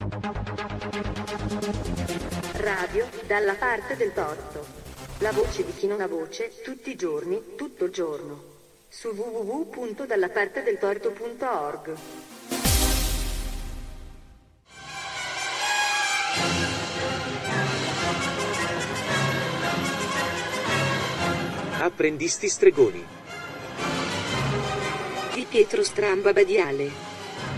Radio dalla parte del torto. La voce di chi non ha voce, tutti i giorni, tutto il giorno. Su www.dallapartedeltorto.org. Apprendisti stregoni Di Pietro Stramba Badiale.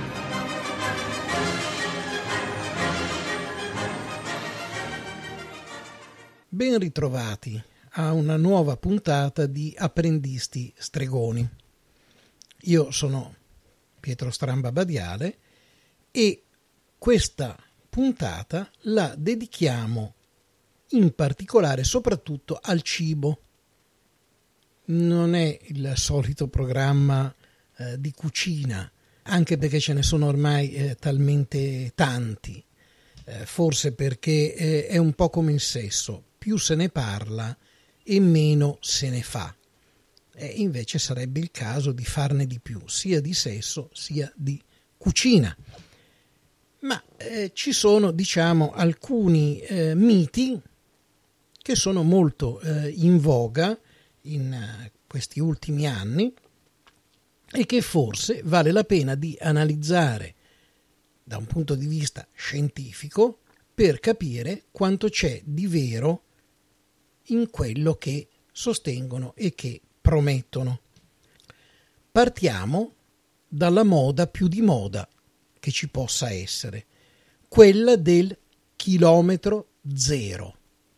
Ben ritrovati a una nuova puntata di Apprendisti stregoni. Io sono Pietro Stramba Badiale e questa puntata la dedichiamo in particolare soprattutto al cibo. Non è il solito programma di cucina, anche perché ce ne sono ormai talmente tanti, forse perché è un po' come il sesso, più se ne parla e meno se ne fa. Invece sarebbe il caso di farne di più, sia di sesso sia di cucina. Ma ci sono, diciamo, alcuni miti che sono molto in voga in questi ultimi anni e che forse vale la pena di analizzare da un punto di vista scientifico per capire quanto c'è di vero in quello che sostengono e che promettono. Partiamo dalla moda più di moda che ci possa essere, quella del chilometro zero.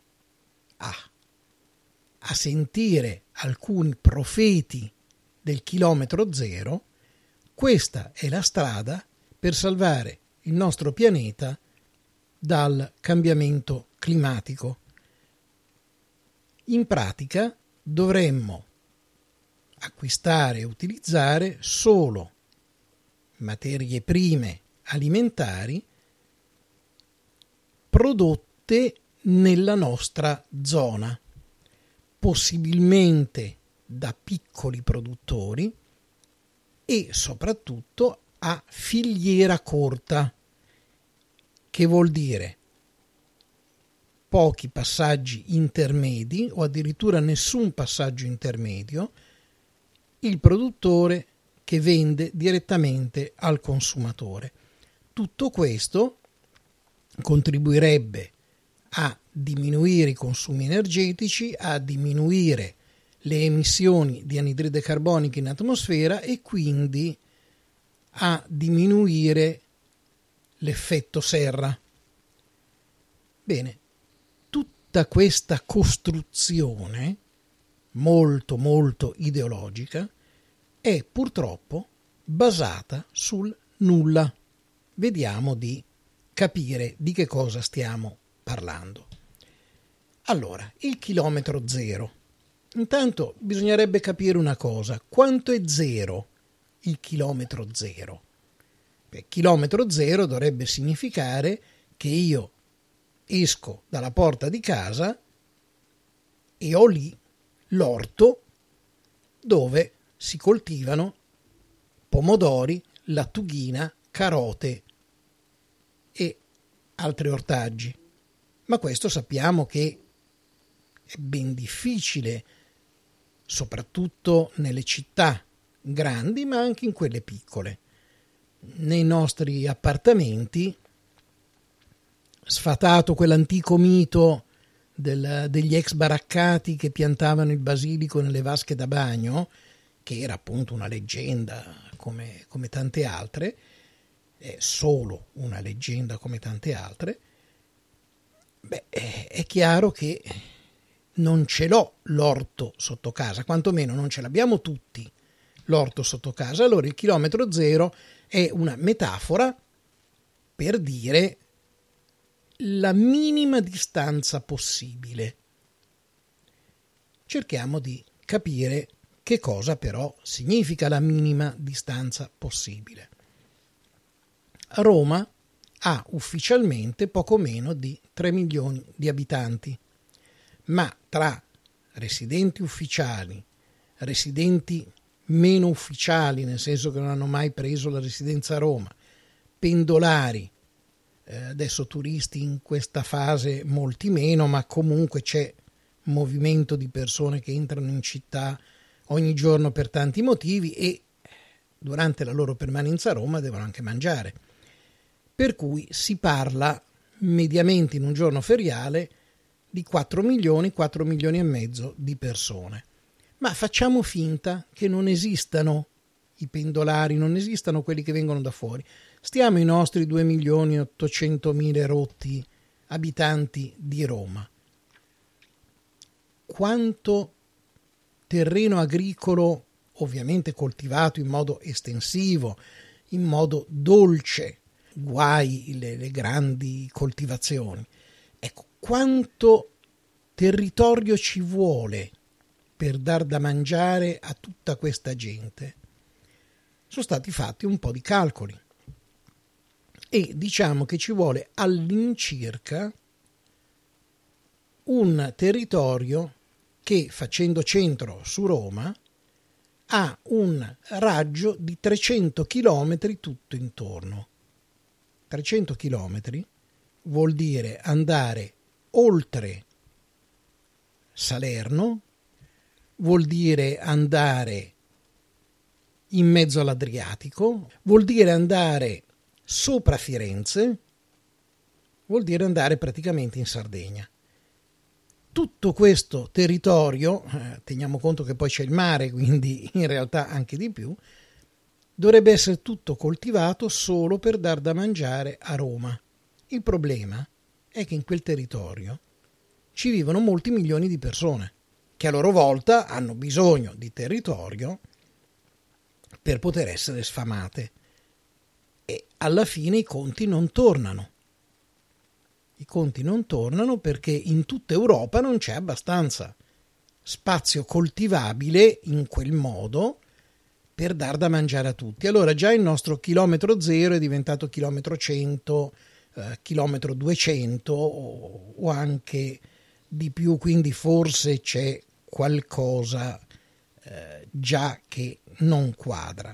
A sentire alcuni profeti del chilometro zero, questa è la strada per salvare il nostro pianeta dal cambiamento climatico. In pratica dovremmo acquistare e utilizzare solo materie prime alimentari prodotte nella nostra zona, possibilmente da piccoli produttori e soprattutto a filiera corta, che vuol dire pochi passaggi intermedi o addirittura nessun passaggio intermedio, il produttore che vende direttamente al consumatore. Tutto questo contribuirebbe a diminuire i consumi energetici, a diminuire le emissioni di anidride carbonica in atmosfera e quindi a diminuire l'effetto serra. Bene, tutta questa costruzione molto molto ideologica è purtroppo basata sul nulla. Vediamo di capire di che cosa stiamo parlando. Allora, il chilometro zero. Intanto bisognerebbe capire una cosa: quanto è zero il chilometro zero? Chilometro zero dovrebbe significare che io esco dalla porta di casa e ho lì l'orto dove si coltivano pomodori, lattughina, carote e altri ortaggi. Ma questo sappiamo che è ben difficile, soprattutto nelle città grandi, ma anche in quelle piccole. Nei nostri appartamenti, sfatato quell'antico mito degli ex baraccati che piantavano il basilico nelle vasche da bagno, che era appunto una leggenda come tante altre, è solo una leggenda come tante altre, è chiaro che non ce l'ho l'orto sotto casa, quantomeno non ce l'abbiamo tutti l'orto sotto casa. Allora il chilometro zero è una metafora per dire la minima distanza possibile. Cerchiamo di capire che cosa però significa la minima distanza possibile. Roma ha ufficialmente poco meno di 3 milioni di abitanti, ma tra residenti ufficiali, residenti meno ufficiali, nel senso che non hanno mai preso la residenza a Roma, pendolari, adesso turisti in questa fase molti meno, ma comunque c'è movimento di persone che entrano in città ogni giorno per tanti motivi e durante la loro permanenza a Roma devono anche mangiare. Per cui si parla mediamente in un giorno feriale di 4 milioni e mezzo di persone. Ma facciamo finta che non esistano i pendolari, non esistano quelli che vengono da fuori. Stiamo ai nostri 2.800.000 rotti abitanti di Roma. Quanto terreno agricolo, ovviamente coltivato in modo estensivo, in modo dolce, guai le grandi coltivazioni. Ecco, quanto territorio ci vuole per dar da mangiare a tutta questa gente? Sono stati fatti un po' di calcoli e diciamo che ci vuole all'incirca un territorio che, facendo centro su Roma, ha un raggio di 300 chilometri tutto intorno. 300 chilometri vuol dire andare oltre Salerno, vuol dire andare in mezzo all'Adriatico, vuol dire andare sopra Firenze, vuol dire andare praticamente in Sardegna. Tutto questo territorio, teniamo conto che poi c'è il mare, quindi in realtà anche di più, dovrebbe essere tutto coltivato solo per dar da mangiare a Roma. Il problema è che in quel territorio ci vivono molti milioni di persone, che a loro volta hanno bisogno di territorio per poter essere sfamate. E alla fine i conti non tornano. I conti non tornano perché in tutta Europa non c'è abbastanza spazio coltivabile in quel modo per dar da mangiare a tutti. Allora già il nostro chilometro zero è diventato chilometro 100, chilometro 200 o anche di più, quindi forse c'è qualcosa già che non quadra.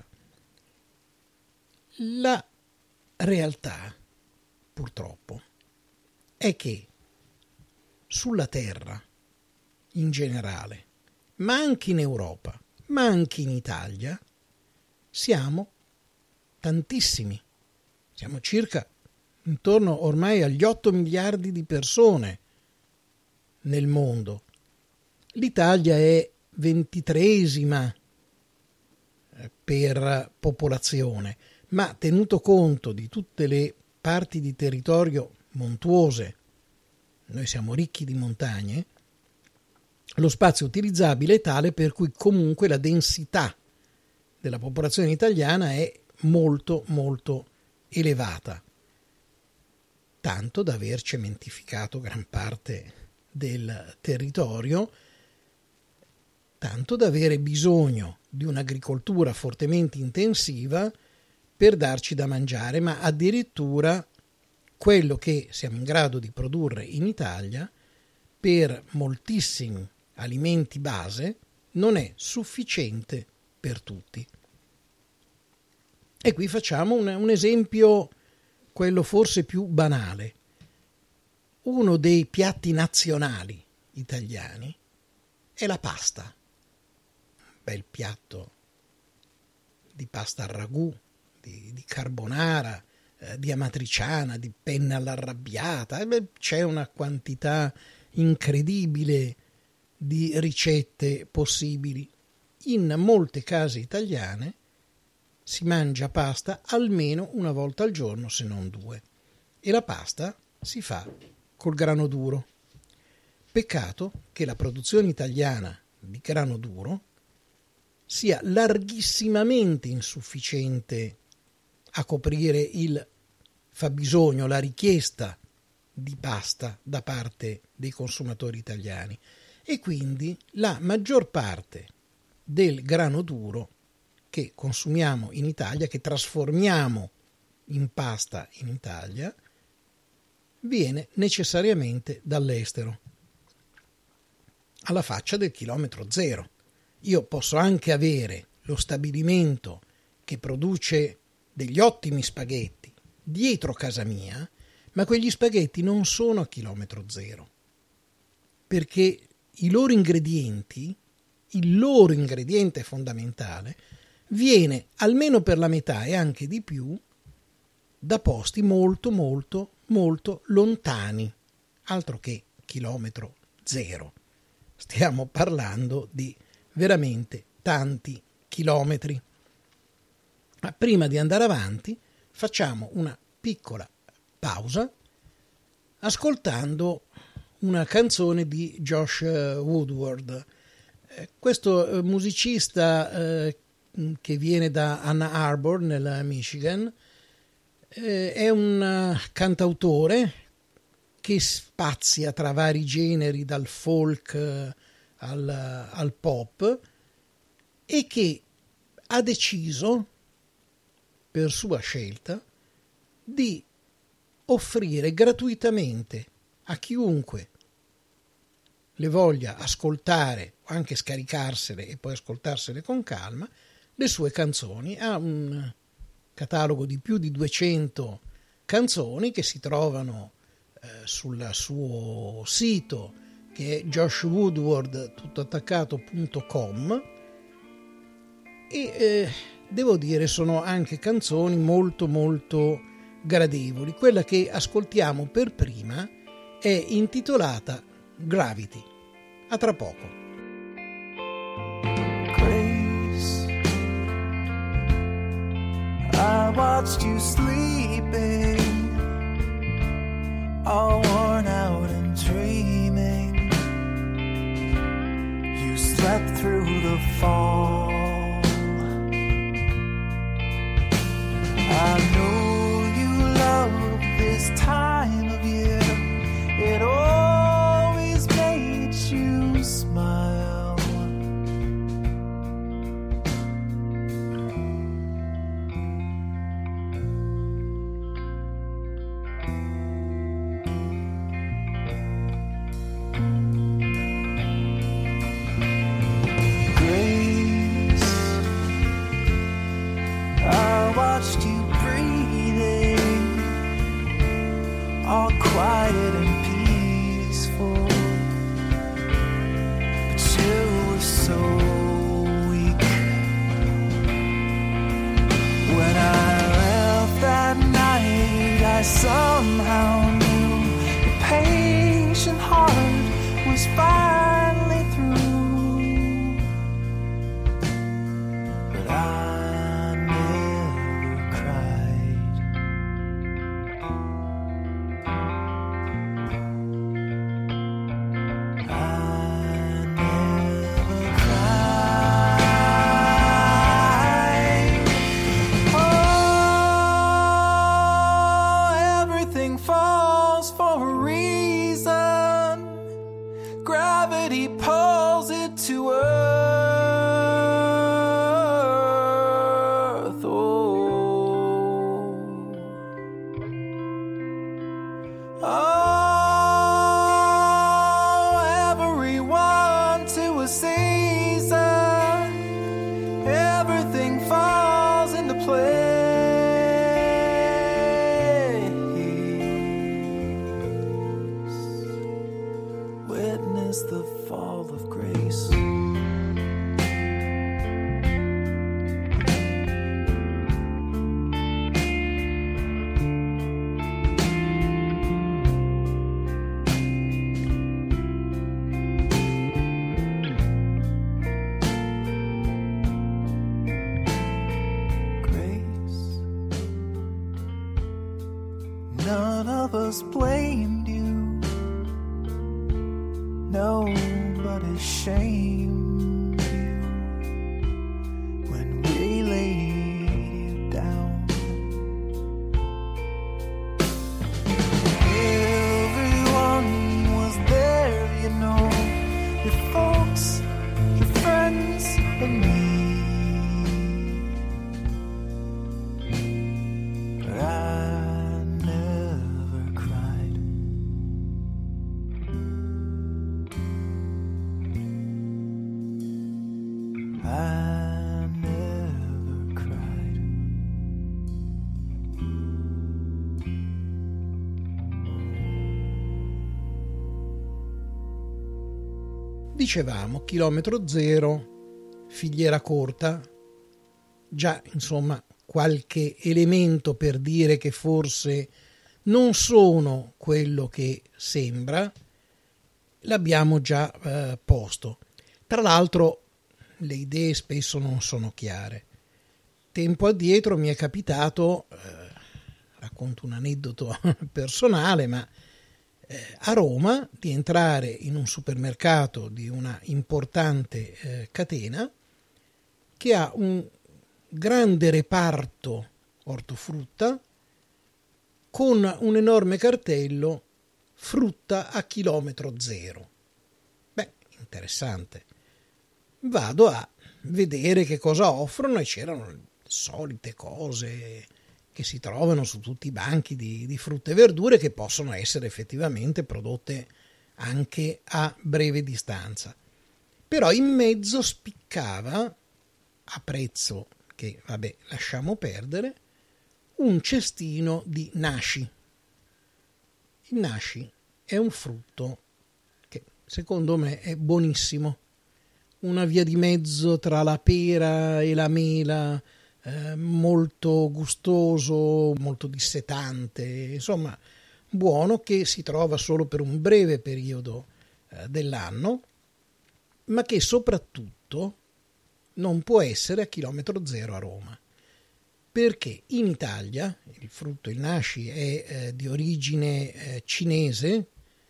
La realtà, purtroppo, è che sulla Terra, in generale, ma anche in Europa, ma anche in Italia, siamo tantissimi. Siamo circa intorno ormai agli 8 miliardi di persone nel mondo. L'Italia è 23esima per popolazione, ma tenuto conto di tutte le parti di territorio montuose, noi siamo ricchi di montagne, lo spazio utilizzabile è tale per cui comunque la densità della popolazione italiana è molto molto elevata, tanto da aver cementificato gran parte del territorio, tanto da avere bisogno di un'agricoltura fortemente intensiva per darci da mangiare, ma addirittura quello che siamo in grado di produrre in Italia per moltissimi alimenti base non è sufficiente per tutti. E qui facciamo un esempio, quello forse più banale. Uno dei piatti nazionali italiani è la pasta. Un bel piatto di pasta al ragù, di carbonara, di amatriciana, di penne all'arrabbiata. C'è una quantità incredibile di ricette possibili. In molte case italiane si mangia pasta almeno una volta al giorno, se non due. E la pasta si fa col grano duro. Peccato che la produzione italiana di grano duro sia larghissimamente insufficiente a coprire il fabbisogno, la richiesta di pasta da parte dei consumatori italiani, e quindi la maggior parte del grano duro che consumiamo in Italia, che trasformiamo in pasta in Italia, viene necessariamente dall'estero, alla faccia del chilometro zero. Io posso anche avere lo stabilimento che produce degli ottimi spaghetti dietro casa mia, ma quegli spaghetti non sono a chilometro zero, perché il loro ingrediente fondamentale, viene almeno per la metà e anche di più da posti molto molto molto lontani, altro che chilometro zero. Stiamo parlando di veramente tanti chilometri. Ma prima di andare avanti facciamo una piccola pausa ascoltando una canzone di Josh Woodward. Questo musicista che viene da Ann Arbor nel Michigan è un cantautore che spazia tra vari generi, dal folk al pop, e che ha deciso, per sua scelta, di offrire gratuitamente a chiunque le voglia ascoltare o anche scaricarsele e poi ascoltarsele con calma, le sue canzoni. Ha un catalogo di più di 200 canzoni che si trovano sul suo sito, che è joshwoodward.com, e devo dire sono anche canzoni molto molto gradevoli. Quella che ascoltiamo per prima è intitolata Gravity. A tra poco. Grace, I watched you sleeping, all worn out and dreaming. You slept through the fall. I know you love this time of year. It always made you smile. Quiet and peaceful, but you were so weak. When I left that night, I somehow knew the patient heart was finally through. But I never cried. None of us blamed you. Nobody shamed you when we laid you down. Everyone was there, you know, your folks, your friends, and me. Dicevamo, chilometro zero, filiera corta, già insomma qualche elemento per dire che forse non sono quello che sembra, l'abbiamo già posto. Tra l'altro le idee spesso non sono chiare. Tempo addietro mi è capitato, racconto un aneddoto personale, ma a Roma di entrare in un supermercato di una importante catena che ha un grande reparto ortofrutta con un enorme cartello frutta a chilometro zero. Beh, interessante. Vado a vedere che cosa offrono e c'erano le solite cose che si trovano su tutti i banchi di frutta e verdure, che possono essere effettivamente prodotte anche a breve distanza. Però in mezzo spiccava, a prezzo che vabbè lasciamo perdere, un cestino di nashi. Il nashi è un frutto che secondo me è buonissimo, una via di mezzo tra la pera e la mela, molto gustoso, molto dissetante, insomma buono, che si trova solo per un breve periodo dell'anno, ma che soprattutto non può essere a chilometro zero a Roma, perché in Italia il frutto, il nashi, è di origine cinese.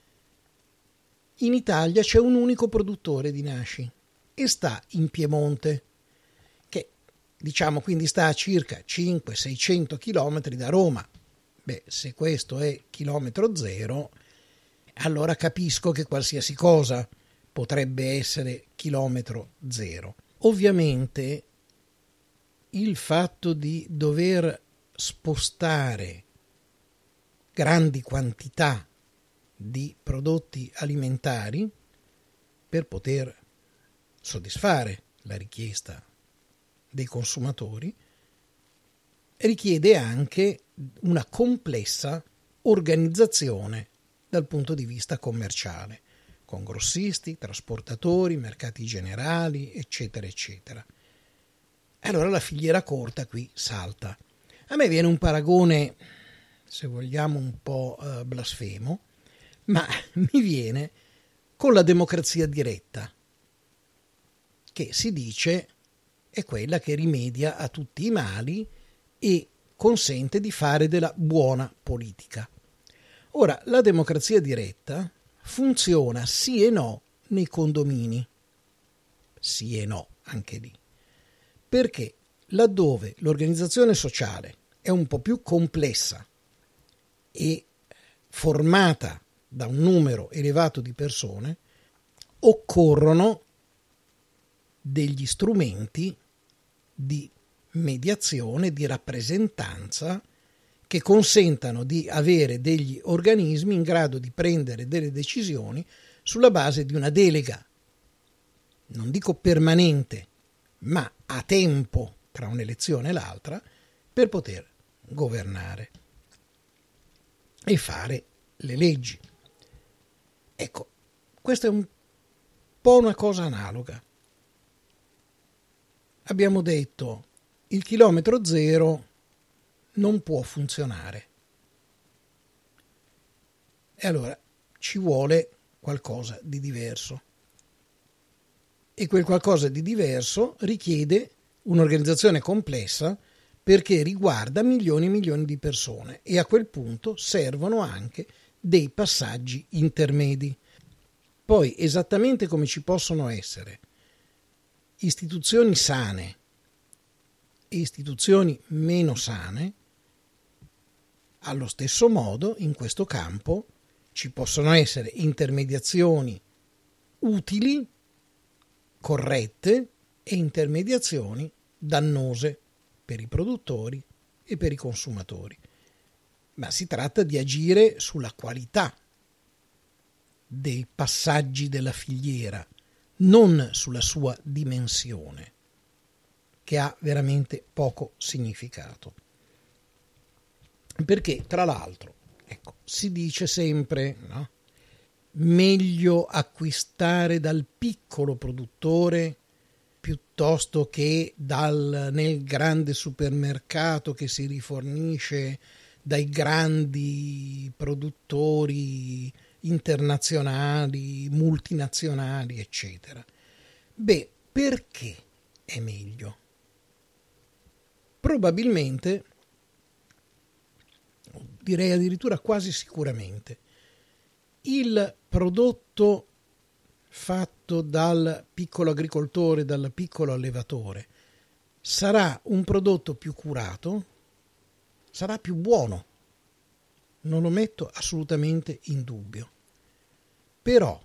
In Italia c'è un unico produttore di nashi e sta in Piemonte, che diciamo quindi sta a circa 500-600 chilometri da Roma. Beh, se questo è chilometro zero, allora capisco che qualsiasi cosa potrebbe essere chilometro zero. Ovviamente il fatto di dover spostare grandi quantità di prodotti alimentari per poter soddisfare la richiesta dei consumatori richiede anche una complessa organizzazione dal punto di vista commerciale, con grossisti, trasportatori, mercati generali, eccetera, eccetera. Allora la filiera corta qui salta. A me viene un paragone, se vogliamo, un po' blasfemo, ma mi viene con la democrazia diretta, che si dice è quella che rimedia a tutti i mali e consente di fare della buona politica. Ora, la democrazia diretta funziona sì e no nei condomini, sì e no anche lì, perché laddove l'organizzazione sociale è un po' più complessa e formata da un numero elevato di persone, occorrono degli strumenti di mediazione, di rappresentanza, che consentano di avere degli organismi in grado di prendere delle decisioni sulla base di una delega, non dico permanente, ma a tempo tra un'elezione e l'altra, per poter governare e fare le leggi. Ecco, questa è un po' una cosa analoga. Abbiamo detto il chilometro zero non può funzionare. E allora ci vuole qualcosa di diverso. E quel qualcosa di diverso richiede un'organizzazione complessa, perché riguarda milioni e milioni di persone, e a quel punto servono anche dei passaggi intermedi. Poi, esattamente come ci possono essere istituzioni sane e istituzioni meno sane, allo stesso modo in questo campo ci possono essere intermediazioni utili, corrette, e intermediazioni dannose per i produttori e per i consumatori. Ma si tratta di agire sulla qualità dei passaggi della filiera, non sulla sua dimensione, che ha veramente poco significato. Perché, tra l'altro, ecco, si dice sempre, no? meglio acquistare dal piccolo produttore piuttosto che nel grande supermercato che si rifornisce dai grandi produttori internazionali, multinazionali, eccetera. Beh, perché è meglio? Probabilmente, direi addirittura quasi sicuramente, il prodotto fatto dal piccolo agricoltore, dal piccolo allevatore, sarà un prodotto più curato, sarà più buono, non lo metto assolutamente in dubbio. Però,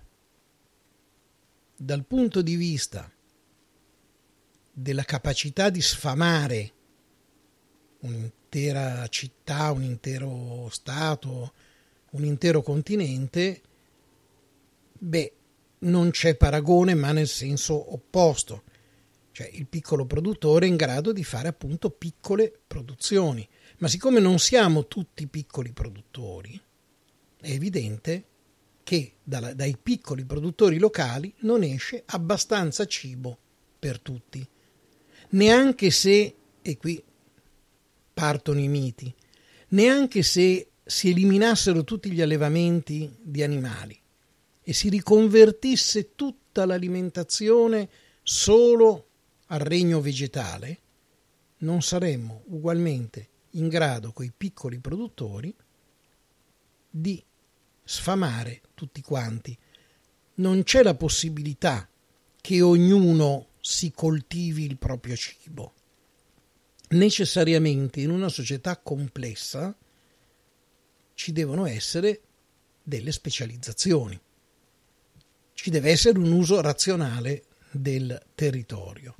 dal punto di vista della capacità di sfamare un'intera città, un intero stato, un intero continente, beh, non c'è paragone, ma nel senso opposto. Cioè il piccolo produttore è in grado di fare appunto piccole produzioni. Ma siccome non siamo tutti piccoli produttori, è evidente che dai piccoli produttori locali non esce abbastanza cibo per tutti. Neanche se, e qui partono i miti, neanche se si eliminassero tutti gli allevamenti di animali e si riconvertisse tutta l'alimentazione solo al regno vegetale, non saremmo ugualmente in grado, coi piccoli produttori, di sfamare tutti quanti. Non c'è la possibilità che ognuno si coltivi il proprio cibo. Necessariamente in una società complessa ci devono essere delle specializzazioni. Ci deve essere un uso razionale del territorio.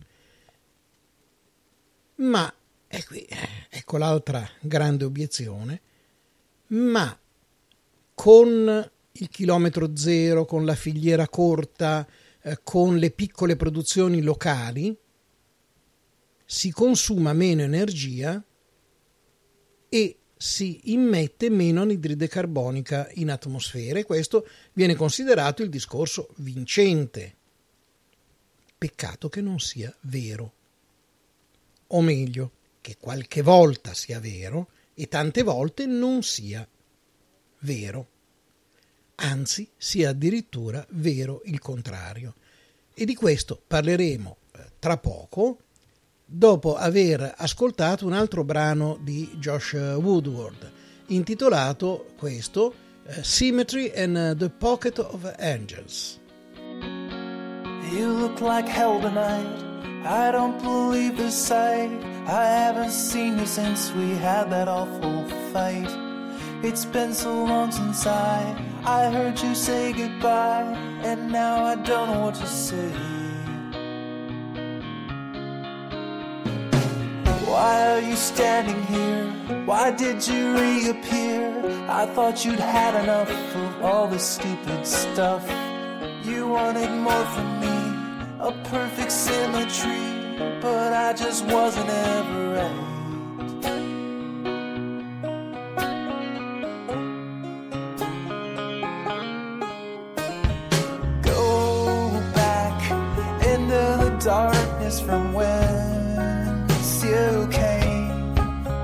Ma, e qui ecco l'altra grande obiezione, ma con il chilometro zero, con la filiera corta, con le piccole produzioni locali, si consuma meno energia e si immette meno anidride carbonica in atmosfera, e questo viene considerato il discorso vincente. Peccato che non sia vero. O meglio, che qualche volta sia vero e tante volte non sia vero. Anzi, sia addirittura vero il contrario. E di questo parleremo tra poco, dopo aver ascoltato un altro brano di Josh Woodward, intitolato questo Symmetry and the Pocket of Angels. You look like hell tonight. I don't believe the sight. I haven't seen you since we had that awful fight. It's been so long since I heard you say goodbye, and now I don't know what to say. Why are you standing here? Why did you reappear? I thought you'd had enough of all this stupid stuff. You wanted more from me, a perfect symmetry, but I just wasn't ever right. Go back into the darkness from whence you came.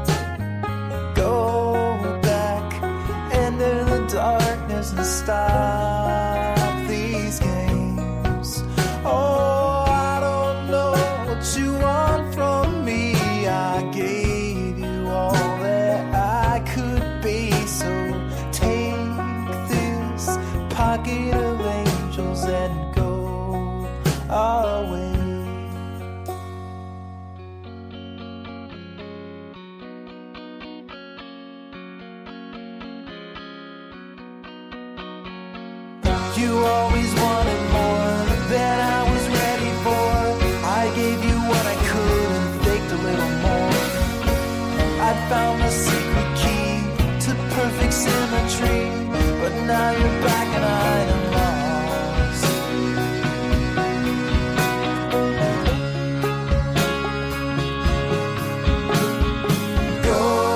Go back into the darkness and stop these games. Oh, I don't know what you want from me. I gave you all that I could be, so take this pocket of angels and go away. You always wanted more than I was ready for. I gave you what I could and faked a little more. I found the secret key to perfect symmetry, but now you're back and I am lost.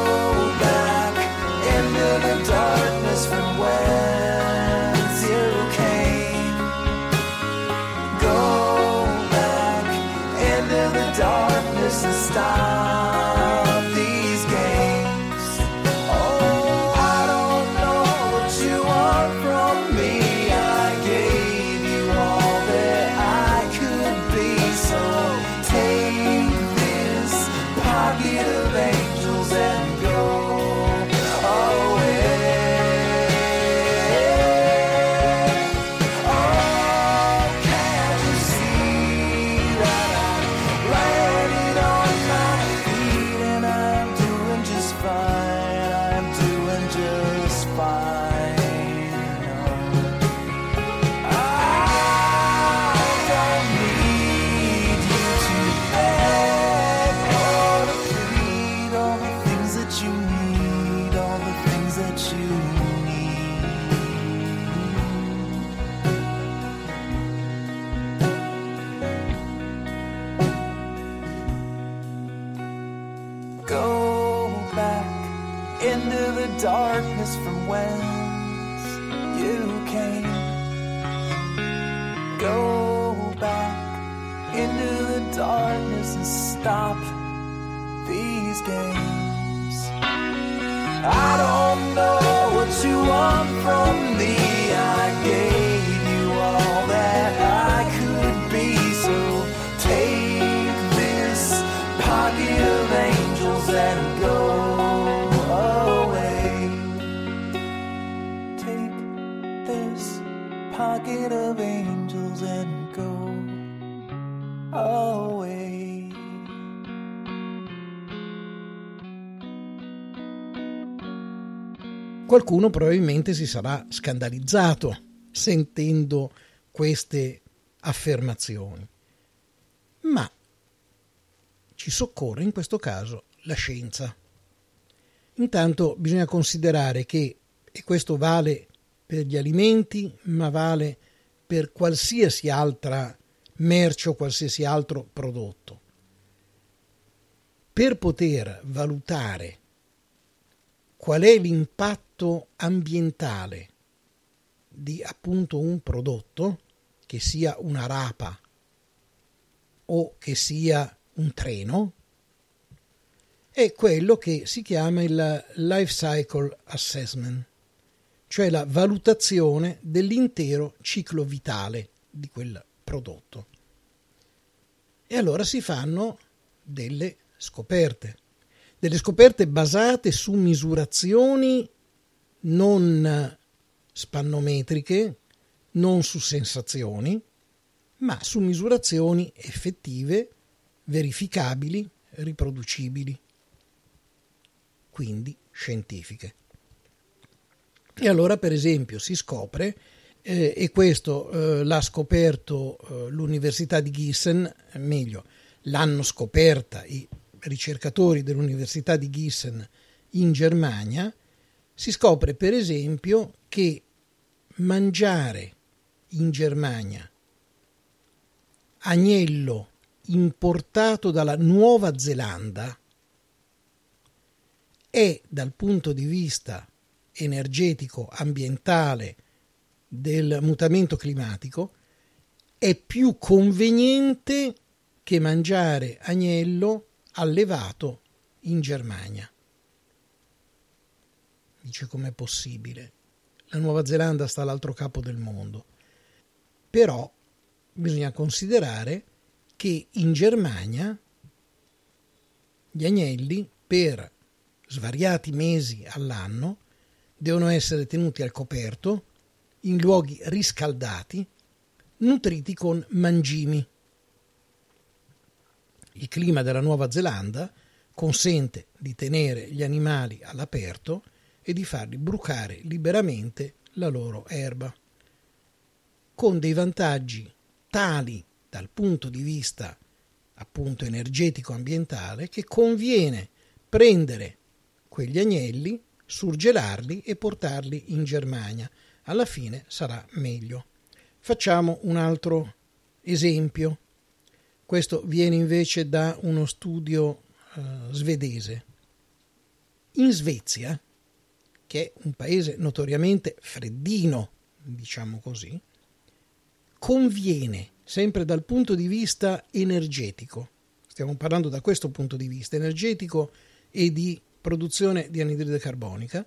Go back into the darkness from whence you from whence you came. Go back into the darkness and stop these games. I don't know what you want from me. I gave you all that I could be, so take this pocket of angels and go away. Take this pocket of angels and go away. Qualcuno probabilmente si sarà scandalizzato sentendo queste affermazioni, ma ci soccorre in questo caso la scienza. Intanto bisogna considerare che, e questo vale per gli alimenti, ma vale per qualsiasi altra merce o qualsiasi altro prodotto, per poter valutare qual è l'impatto ambientale di appunto un prodotto, che sia una rapa o che sia un treno, è quello che si chiama il Life Cycle Assessment, cioè la valutazione dell'intero ciclo vitale di quel prodotto. E allora si fanno delle scoperte basate su misurazioni non spannometriche, non su sensazioni, ma su misurazioni effettive, verificabili, riproducibili, quindi scientifiche. E allora, per esempio, si scopre, e questo l'ha scoperto l'Università di Gießen, meglio, l'hanno scoperta i ricercatori dell'Università di Gießen in Germania, si scopre per esempio che mangiare in Germania agnello importato dalla Nuova Zelanda è, dal punto di vista energetico, ambientale, del mutamento climatico, è più conveniente che mangiare agnello allevato in Germania. Dice, com'è possibile? La Nuova Zelanda sta all'altro capo del mondo. Però bisogna considerare che in Germania gli agnelli per svariati mesi all'anno devono essere tenuti al coperto, in luoghi riscaldati, nutriti con mangimi. Il clima della Nuova Zelanda consente di tenere gli animali all'aperto e di farli brucare liberamente la loro erba, con dei vantaggi tali dal punto di vista appunto energetico-ambientale che conviene prendere quegli agnelli, surgelarli e portarli in Germania. Alla fine sarà meglio. Facciamo un altro esempio. Questo viene invece da uno studio svedese. In Svezia, che è un paese notoriamente freddino, diciamo così, conviene, sempre dal punto di vista energetico, stiamo parlando da questo punto di vista energetico e di produzione di anidride carbonica,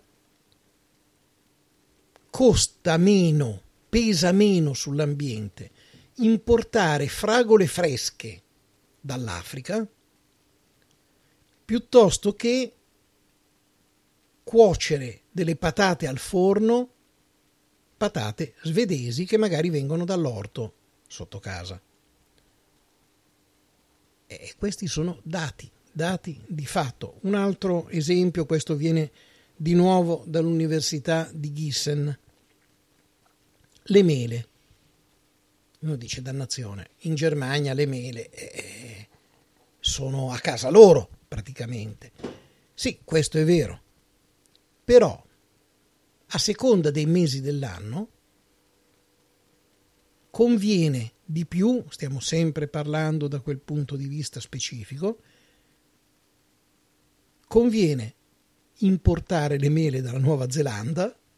costa meno, pesa meno sull'ambiente importare fragole fresche dall'Africa piuttosto che cuocere delle patate al forno, patate svedesi che magari vengono dall'orto sotto casa. E questi sono dati di fatto. Un altro esempio, questo viene di nuovo dall'Università di Gießen. Le mele. Uno dice, dannazione, in Germania le mele sono a casa loro praticamente. Sì, questo è vero, però a seconda dei mesi dell'anno conviene di più, stiamo sempre parlando da quel punto di vista specifico, conviene importare le mele dalla Nuova Zelanda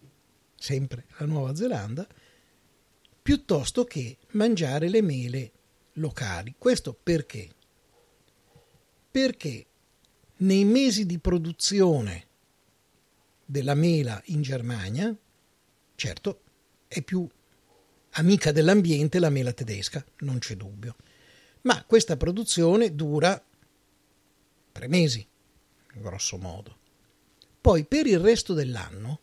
sempre la Nuova Zelanda, piuttosto che mangiare le mele locali. Questo perché? Perché nei mesi di produzione della mela in Germania, certo, è più amica dell'ambiente la mela tedesca, non c'è dubbio, ma questa produzione dura 3 mesi, grosso modo. Poi per il resto dell'anno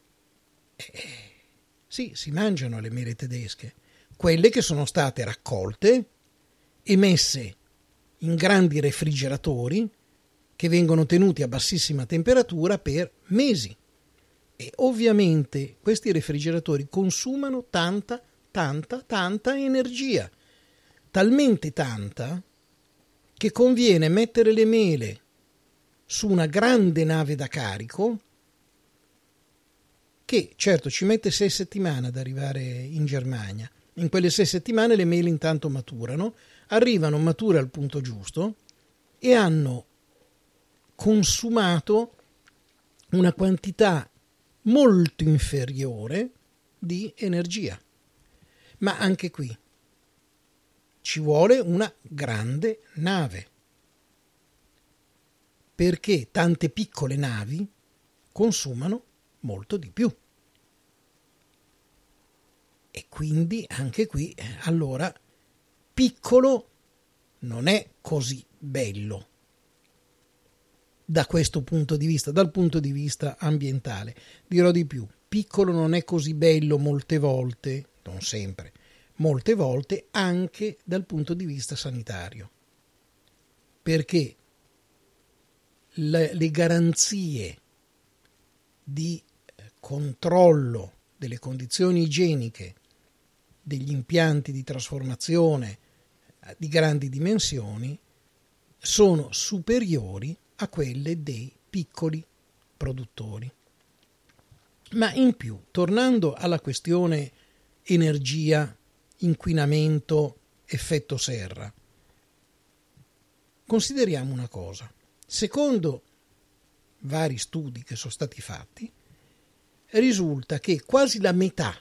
sì, si mangiano le mele tedesche, quelle che sono state raccolte e messe in grandi refrigeratori che vengono tenuti a bassissima temperatura per mesi. E ovviamente questi refrigeratori consumano tanta energia, talmente tanta che conviene mettere le mele su una grande nave da carico che certo ci mette 6 settimane ad arrivare in Germania. In quelle 6 settimane le mele intanto maturano, arrivano mature al punto giusto e hanno consumato una quantità molto inferiore di energia. Ma anche qui ci vuole una grande nave, perché tante piccole navi consumano molto di più. E quindi anche qui, allora, piccolo non è così bello da questo punto di vista, dal punto di vista ambientale. Dirò di più, piccolo non è così bello molte volte, non sempre, molte volte anche dal punto di vista sanitario, perché le garanzie di controllo delle condizioni igieniche degli impianti di trasformazione di grandi dimensioni sono superiori a quelle dei piccoli produttori. Ma in più, tornando alla questione energia, inquinamento, effetto serra, consideriamo una cosa. Secondo vari studi che sono stati fatti, risulta che quasi la metà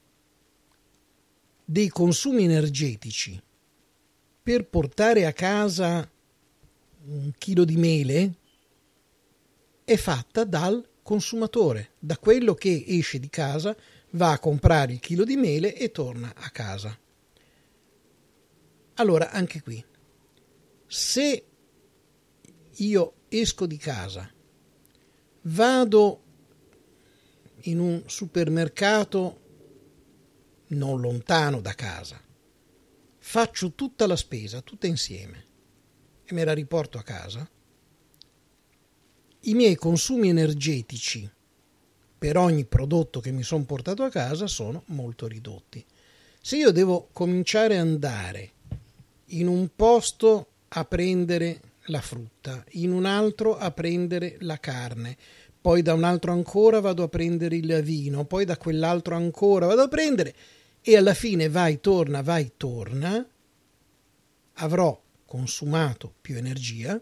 dei consumi energetici per portare a casa 1 chilo di mele è fatta dal consumatore, da quello che esce di casa, va a comprare il chilo di mele e torna a casa. Allora, anche qui, se io esco di casa, vado in un supermercato non lontano da casa, faccio tutta la spesa, tutta insieme, e me la riporto a casa, i miei consumi energetici per ogni prodotto che mi sono portato a casa sono molto ridotti. Se io devo cominciare ad andare in un posto a prendere la frutta, in un altro a prendere la carne, poi da un altro ancora vado a prendere il vino, poi da quell'altro ancora vado a prendere, e alla fine vai, torna, avrò consumato più energia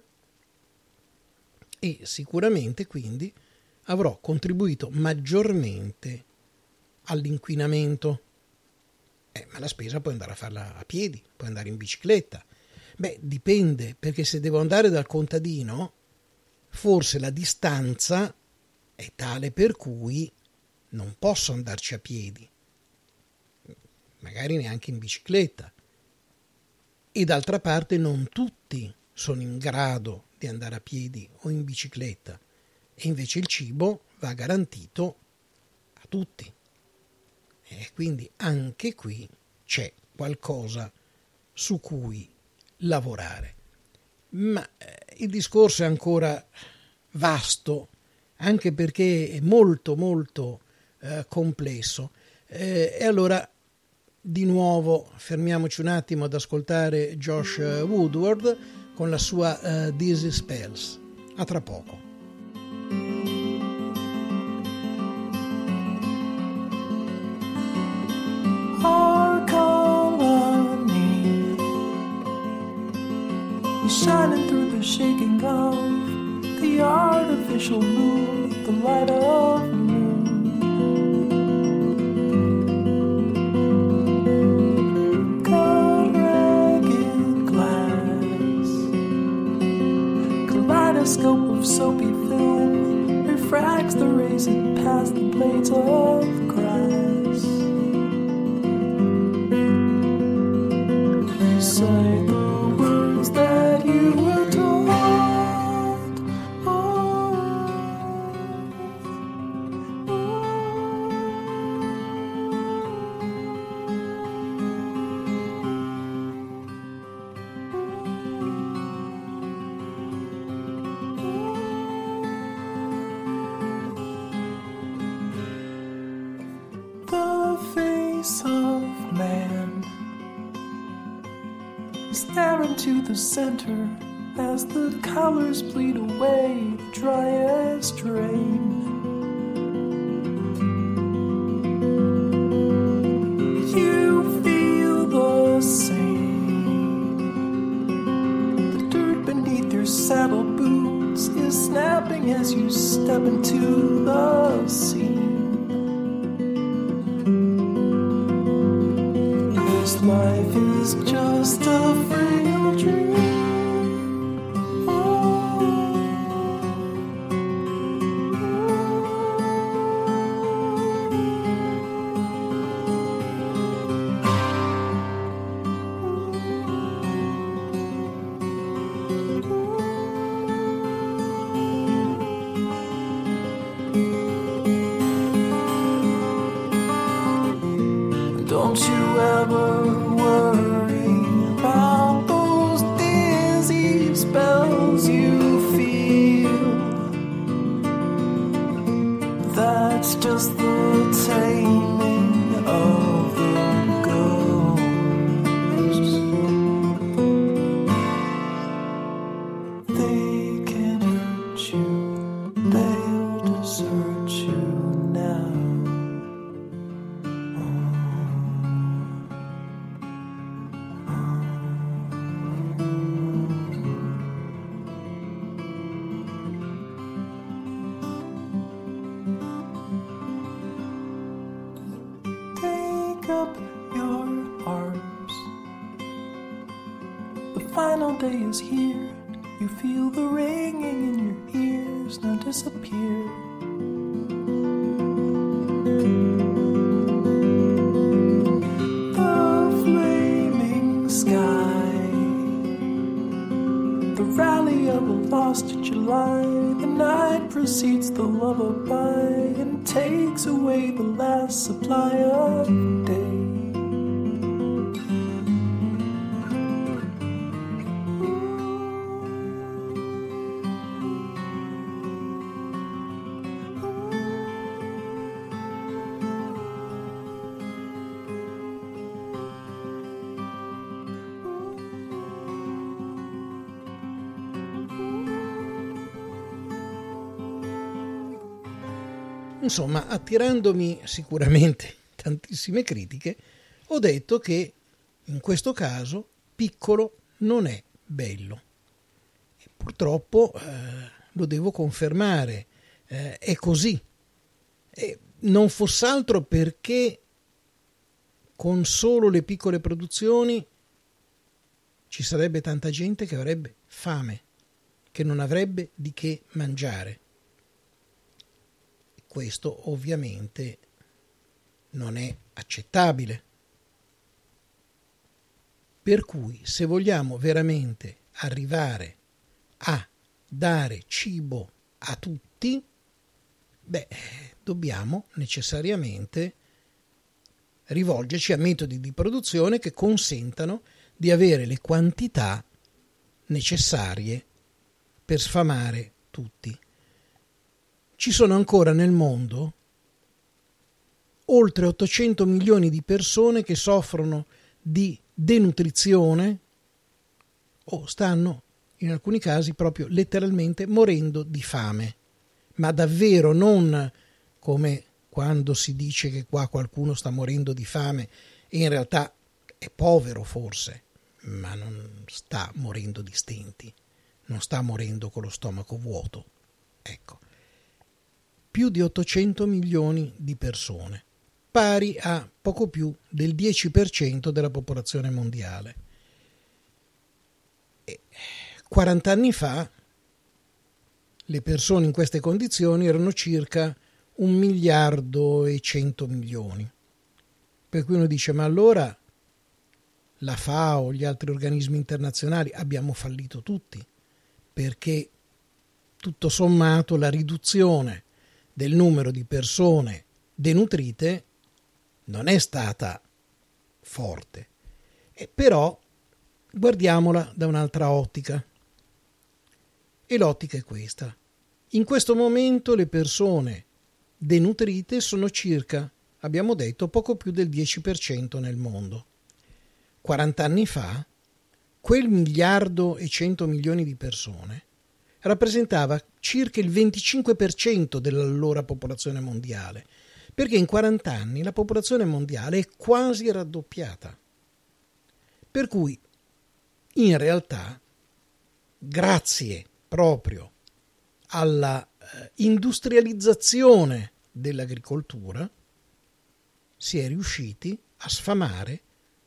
e sicuramente quindi avrò contribuito maggiormente all'inquinamento. Ma la spesa puoi andare a farla a piedi, puoi andare in bicicletta. Dipende, perché se devo andare dal contadino, forse la distanza è tale per cui non posso andarci a piedi, magari neanche in bicicletta. E d'altra parte non tutti sono in grado di andare a piedi o in bicicletta, e invece il cibo va garantito a tutti. E quindi anche qui c'è qualcosa su cui lavorare. Ma il discorso è ancora vasto, anche perché è molto complesso. E allora di nuovo fermiamoci un attimo ad ascoltare Josh Woodward con la sua Dizzy Spells. A tra poco. Our colony is shining through the shaking of the artificial moon, the light of the moon. blades of grass. Say the words that you were taught. The face of man, stare into the center as the colors bleed away the driest rain. You feel the same. The dirt beneath your saddle boots is snapping as you step into the scene. This life is just a frail dream. Don't you ever worry about those dizzy spells you feel. That's just the taming of the ghosts. They can hurt you, they'll desert you now. Take up your arms. The final day is here. You feel the ringing in your ears. Now disappear. The flaming sky, the rally of a lost July. The night precedes the lullaby and takes away the last supply of day. Insomma, attirandomi sicuramente tantissime critiche, ho detto che in questo caso piccolo non è bello. E purtroppo lo devo confermare, è così. E non foss'altro perché con solo le piccole produzioni ci sarebbe tanta gente che avrebbe fame, che non avrebbe di che mangiare. Questo ovviamente non è accettabile. Per cui se vogliamo veramente arrivare a dare cibo a tutti, dobbiamo necessariamente rivolgerci a metodi di produzione che consentano di avere le quantità necessarie per sfamare tutti. Ci sono ancora nel mondo oltre 800 milioni di persone che soffrono di denutrizione o stanno, in alcuni casi, proprio letteralmente morendo di fame. Ma davvero non come quando si dice che qua qualcuno sta morendo di fame e in realtà è povero forse, ma non sta morendo di stenti, non sta morendo con lo stomaco vuoto. Ecco. Più di 800 milioni di persone, pari a poco più del 10% della popolazione mondiale. E 40 anni fa le persone in queste condizioni erano circa 1,1 miliardi. Per cui uno dice, ma allora la FAO, gli altri organismi internazionali abbiamo fallito tutti, perché tutto sommato la riduzione del numero di persone denutrite non è stata forte. E però guardiamola da un'altra ottica. E l'ottica è questa. In questo momento le persone denutrite sono circa, abbiamo detto, poco più del 10% nel mondo. 40 anni fa, quel 1,1 miliardi di persone rappresentava circa il 25% dell'allora popolazione mondiale, perché in 40 anni la popolazione mondiale è quasi raddoppiata. Per cui, in realtà, grazie proprio alla industrializzazione dell'agricoltura, si è riusciti a sfamare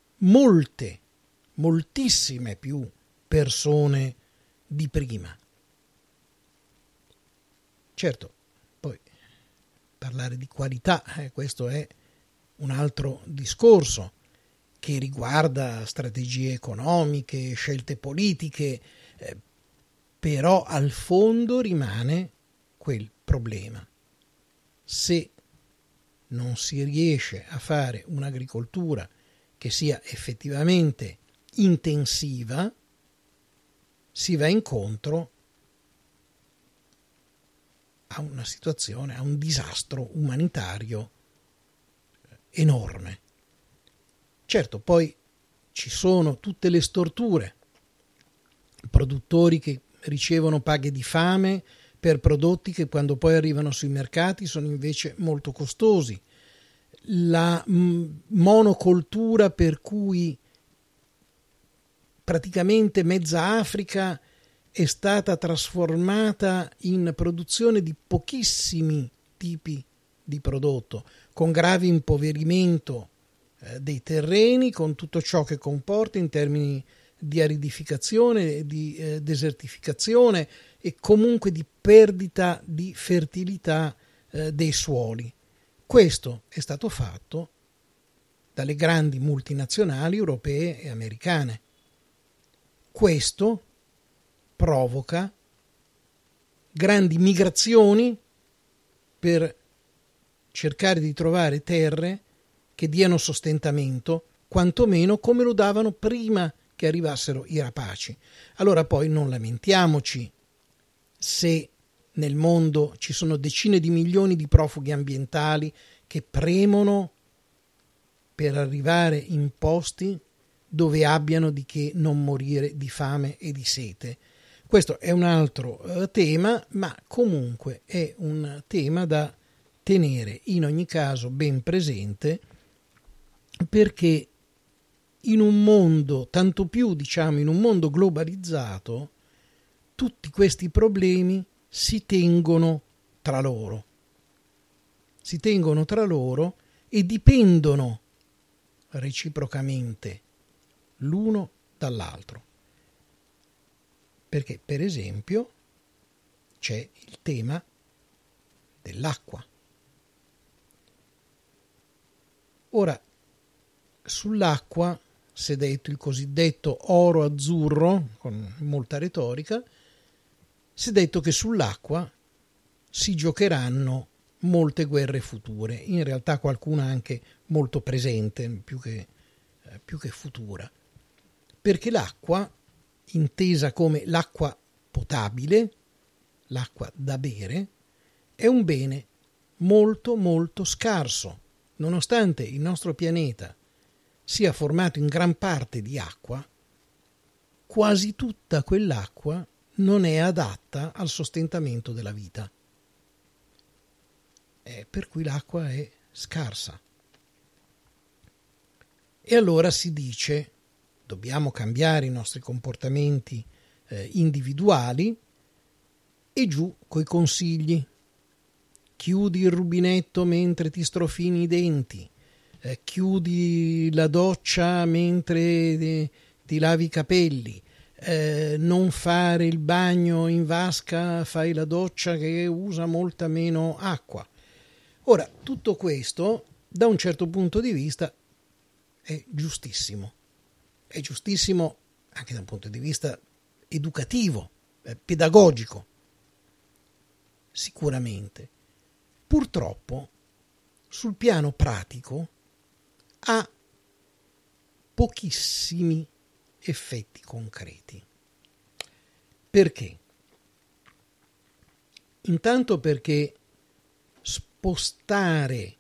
moltissime più persone di prima. Certo, poi parlare di qualità, questo è un altro discorso che riguarda strategie economiche, scelte politiche, però al fondo rimane quel problema. Se non si riesce a fare un'agricoltura che sia effettivamente intensiva, si va incontro a una situazione, a un disastro umanitario enorme. Certo, poi ci sono tutte le storture, produttori che ricevono paghe di fame per prodotti che quando poi arrivano sui mercati sono invece molto costosi. La monocoltura per cui praticamente mezza Africa è stata trasformata in produzione di pochissimi tipi di prodotto, con grave impoverimento dei terreni, con tutto ciò che comporta in termini di aridificazione, di desertificazione e comunque di perdita di fertilità dei suoli. Questo è stato fatto dalle grandi multinazionali europee e americane. Questo provoca grandi migrazioni per cercare di trovare terre che diano sostentamento, quantomeno come lo davano prima che arrivassero i rapaci. Allora poi non lamentiamoci se nel mondo ci sono decine di milioni di profughi ambientali che premono per arrivare in posti dove abbiano di che non morire di fame e di sete. Questo è un altro tema, ma comunque è un tema da tenere in ogni caso ben presente, perché in un mondo, tanto più in un mondo globalizzato, tutti questi problemi si tengono tra loro e dipendono reciprocamente l'uno dall'altro. Perché, per esempio, c'è il tema dell'acqua. Ora, sull'acqua si è detto il cosiddetto oro azzurro, con molta retorica, si è detto che sull'acqua si giocheranno molte guerre future, in realtà qualcuna anche molto presente, più che futura, perché l'acqua, intesa come l'acqua potabile, l'acqua da bere, è un bene molto molto scarso, nonostante il nostro pianeta sia formato in gran parte di acqua. Quasi tutta quell'acqua non è adatta al sostentamento della vita. Per cui l'acqua è scarsa. E allora si dice: dobbiamo cambiare i nostri comportamenti individuali, e giù coi consigli. Chiudi il rubinetto mentre ti strofini i denti, chiudi la doccia mentre ti lavi i capelli, non fare il bagno in vasca, fai la doccia che usa molta meno acqua. Ora, tutto questo, da un certo punto di vista, è giustissimo. È giustissimo anche da un punto di vista educativo, pedagogico, sicuramente. Purtroppo, sul piano pratico, ha pochissimi effetti concreti. Perché? Intanto perché spostare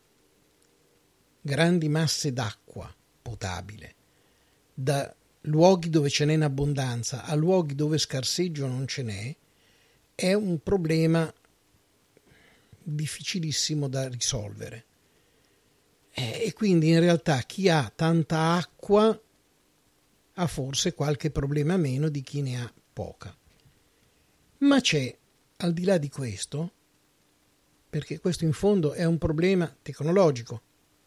grandi masse d'acqua potabile da luoghi dove ce n'è in abbondanza a luoghi dove scarseggio non ce n'è è un problema difficilissimo da risolvere. E quindi in realtà chi ha tanta acqua ha forse qualche problema meno di chi ne ha poca. Ma c'è, al di là di questo, perché questo in fondo è un problema tecnologico,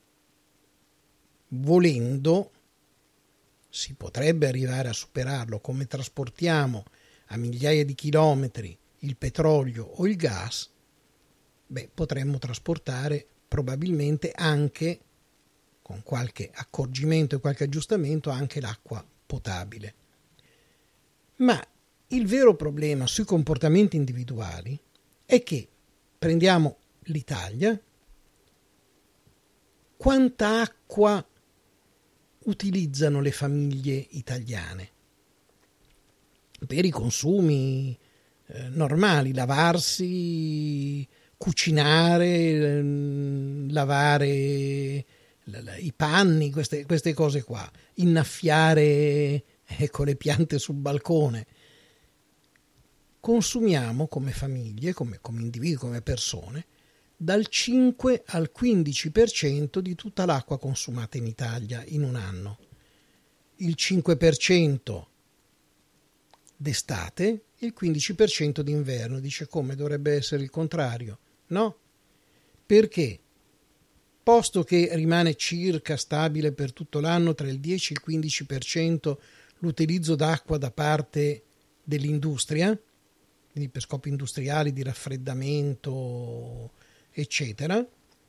volendo si potrebbe arrivare a superarlo, come trasportiamo a migliaia di chilometri il petrolio o il gas, potremmo trasportare probabilmente anche, con qualche accorgimento e qualche aggiustamento, anche l'acqua potabile. Ma il vero problema sui comportamenti individuali è che prendiamo l'Italia, quanta acqua utilizzano le famiglie italiane per i consumi normali, lavarsi, cucinare, lavare i panni, queste cose qua, innaffiare le piante sul balcone. Consumiamo come famiglie, come individui, come persone, dal 5 al 15% di tutta l'acqua consumata in Italia in un anno. Il 5% d'estate, il 15% d'inverno. Dice, come dovrebbe essere il contrario? No, perché posto che rimane circa stabile per tutto l'anno tra il 10 e il 15% l'utilizzo d'acqua da parte dell'industria, quindi per scopi industriali di raffreddamento, eccetera,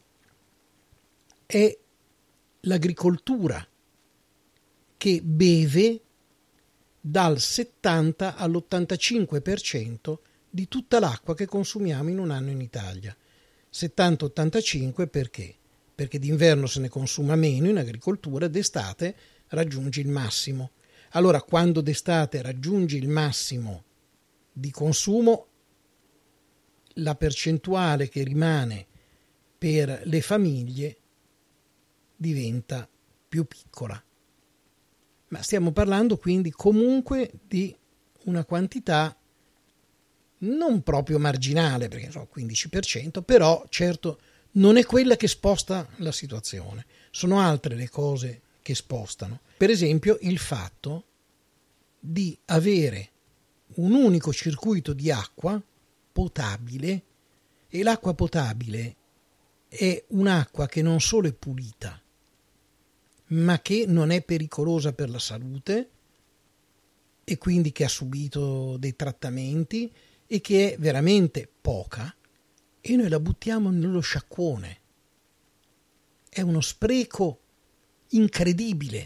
è l'agricoltura che beve dal 70 all'85% di tutta l'acqua che consumiamo in un anno in Italia. 70-85 perché? Perché d'inverno se ne consuma meno in agricoltura, d'estate raggiungi il massimo. Allora, quando d'estate raggiungi il massimo di consumo, la percentuale che rimane per le famiglie diventa più piccola. Ma stiamo parlando quindi comunque di una quantità non proprio marginale, perché so, 15%, però certo non è quella che sposta la situazione. Sono altre le cose che spostano. Per esempio il fatto di avere un unico circuito di acqua potabile, e l'acqua potabile è un'acqua che non solo è pulita, ma che non è pericolosa per la salute e quindi che ha subito dei trattamenti e che è veramente poca, e noi la buttiamo nello sciacquone. È uno spreco incredibile,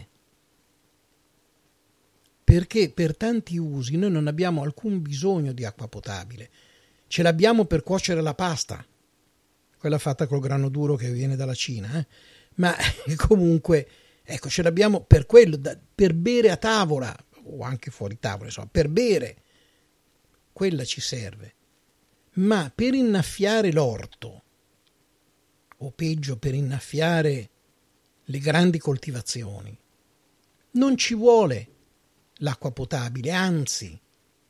perché per tanti usi noi non abbiamo alcun bisogno di acqua potabile. Ce l'abbiamo per cuocere la pasta, quella fatta col grano duro che viene dalla Cina, ma comunque ecco, ce l'abbiamo per quello, per bere a tavola o anche fuori tavola, insomma, per bere, quella ci serve. Ma per innaffiare l'orto, o peggio per innaffiare le grandi coltivazioni, non ci vuole l'acqua potabile, anzi,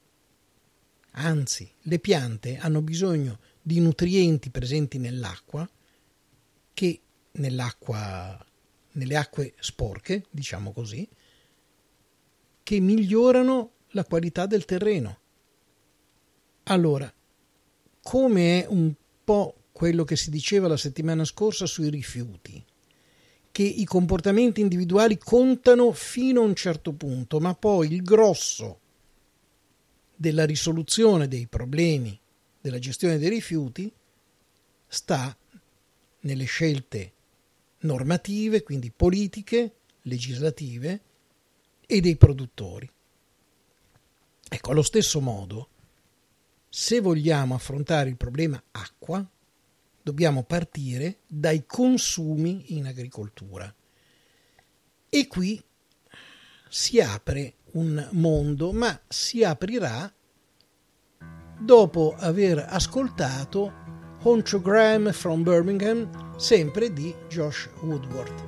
le piante hanno bisogno di nutrienti presenti nell'acqua, che nelle acque sporche, diciamo così, che migliorano la qualità del terreno. Allora, come è un po' quello che si diceva la settimana scorsa sui rifiuti, che i comportamenti individuali contano fino a un certo punto, ma poi il grosso della risoluzione dei problemi della gestione dei rifiuti sta nelle scelte normative, quindi politiche, legislative, e dei produttori. Ecco, allo stesso modo, se vogliamo affrontare il problema acqua, dobbiamo partire dai consumi in agricoltura. E qui si apre un mondo, ma si aprirà dopo aver ascoltato Honchogram from Birmingham, sempre di Josh Woodward.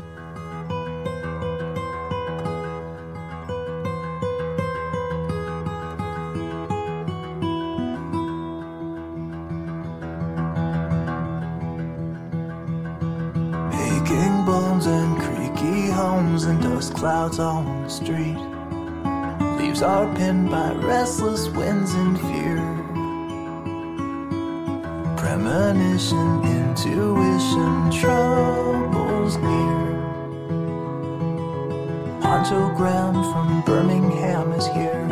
Aching bones and creaky homes and dust clouds on the street. Leaves are pinned by restless winds and fear. Premonition, intuition, troubles near. Honcho Graham from Birmingham is here.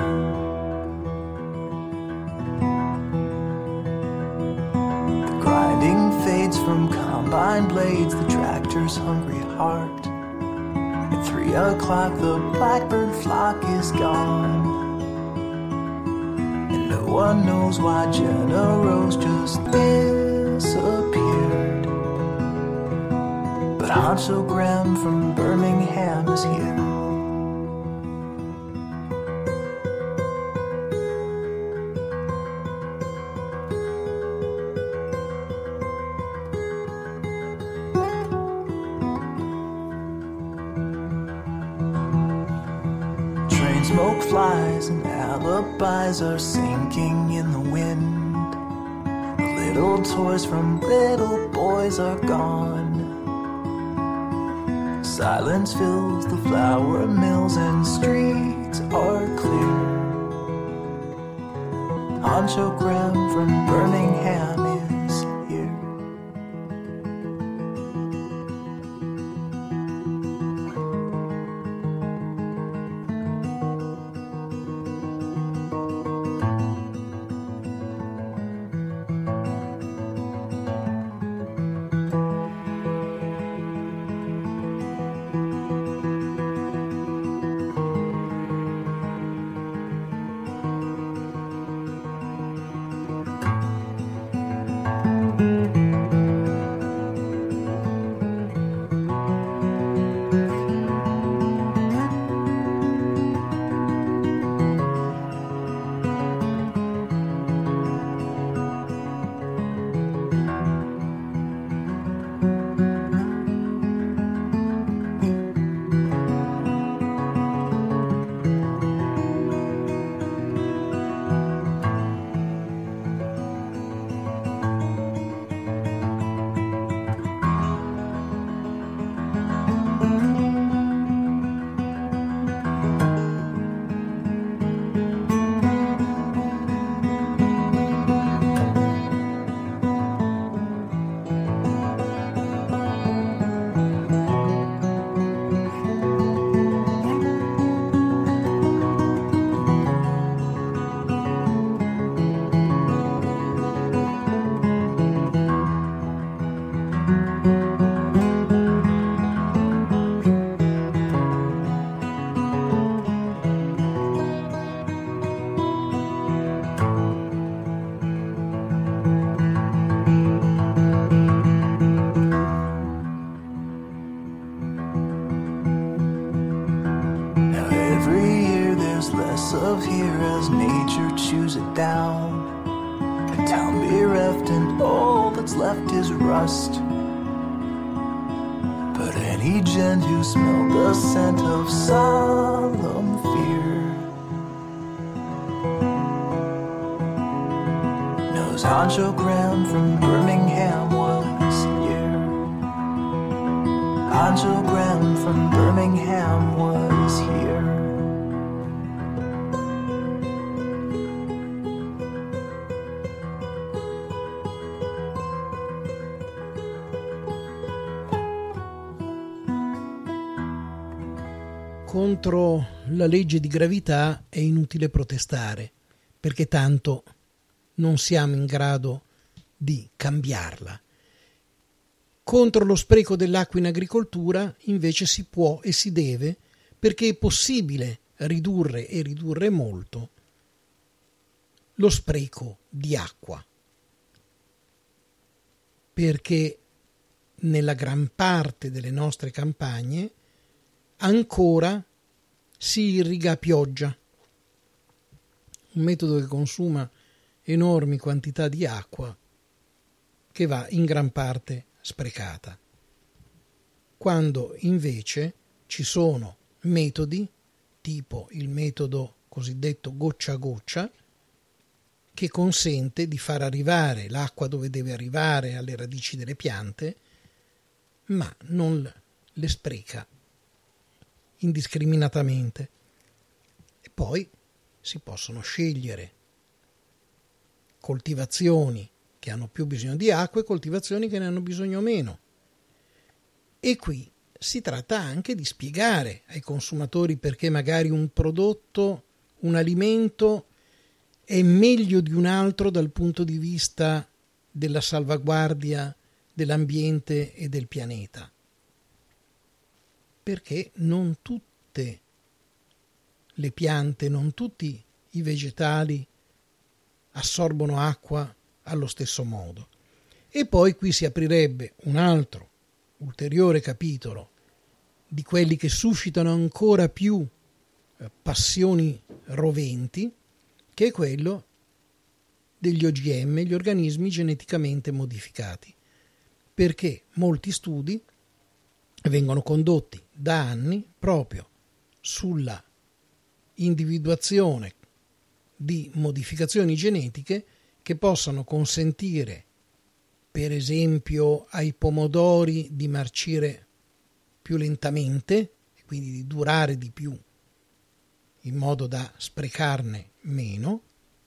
The grinding fades from combine blades, the tractor's hungry heart. At 3 o'clock the blackbird flock is gone. No one knows why Jenna Rose just disappeared. But Honcho Graham from Birmingham is here. Train smoke flies and alibis are sinking in the wind. The little toys from little boys are gone. Silence fills the flour mills and streets are clear. Honcho Graham from Birmingham is here. Of here as nature chews it down. A town bereft and all that's left is rust. But any gent who smelled the scent of solemn fear knows Honcho Graham from Birmingham was here. Honcho Graham from Birmingham was here. Contro la legge di gravità è inutile protestare, perché tanto non siamo in grado di cambiarla. Contro lo spreco dell'acqua in agricoltura invece si può e si deve, perché è possibile ridurre e ridurre molto lo spreco di acqua. Perché nella gran parte delle nostre campagne ancora si irriga a pioggia, un metodo che consuma enormi quantità di acqua che va in gran parte sprecata, quando invece ci sono metodi tipo il metodo cosiddetto goccia a goccia, che consente di far arrivare l'acqua dove deve arrivare, alle radici delle piante, ma non le spreca indiscriminatamente. E poi si possono scegliere coltivazioni che hanno più bisogno di acqua e coltivazioni che ne hanno bisogno meno. E qui si tratta anche di spiegare ai consumatori perché magari un prodotto, un alimento è meglio di un altro dal punto di vista della salvaguardia dell'ambiente e del pianeta. Perché non tutte le piante, non tutti i vegetali assorbono acqua allo stesso modo. E poi qui si aprirebbe un altro ulteriore capitolo di quelli che suscitano ancora più passioni roventi, che è quello degli OGM, gli organismi geneticamente modificati, perché molti studi vengono condotti da anni proprio sulla individuazione di modificazioni genetiche che possano consentire, per esempio, ai pomodori di marcire più lentamente e quindi di durare di più, in modo da sprecarne meno,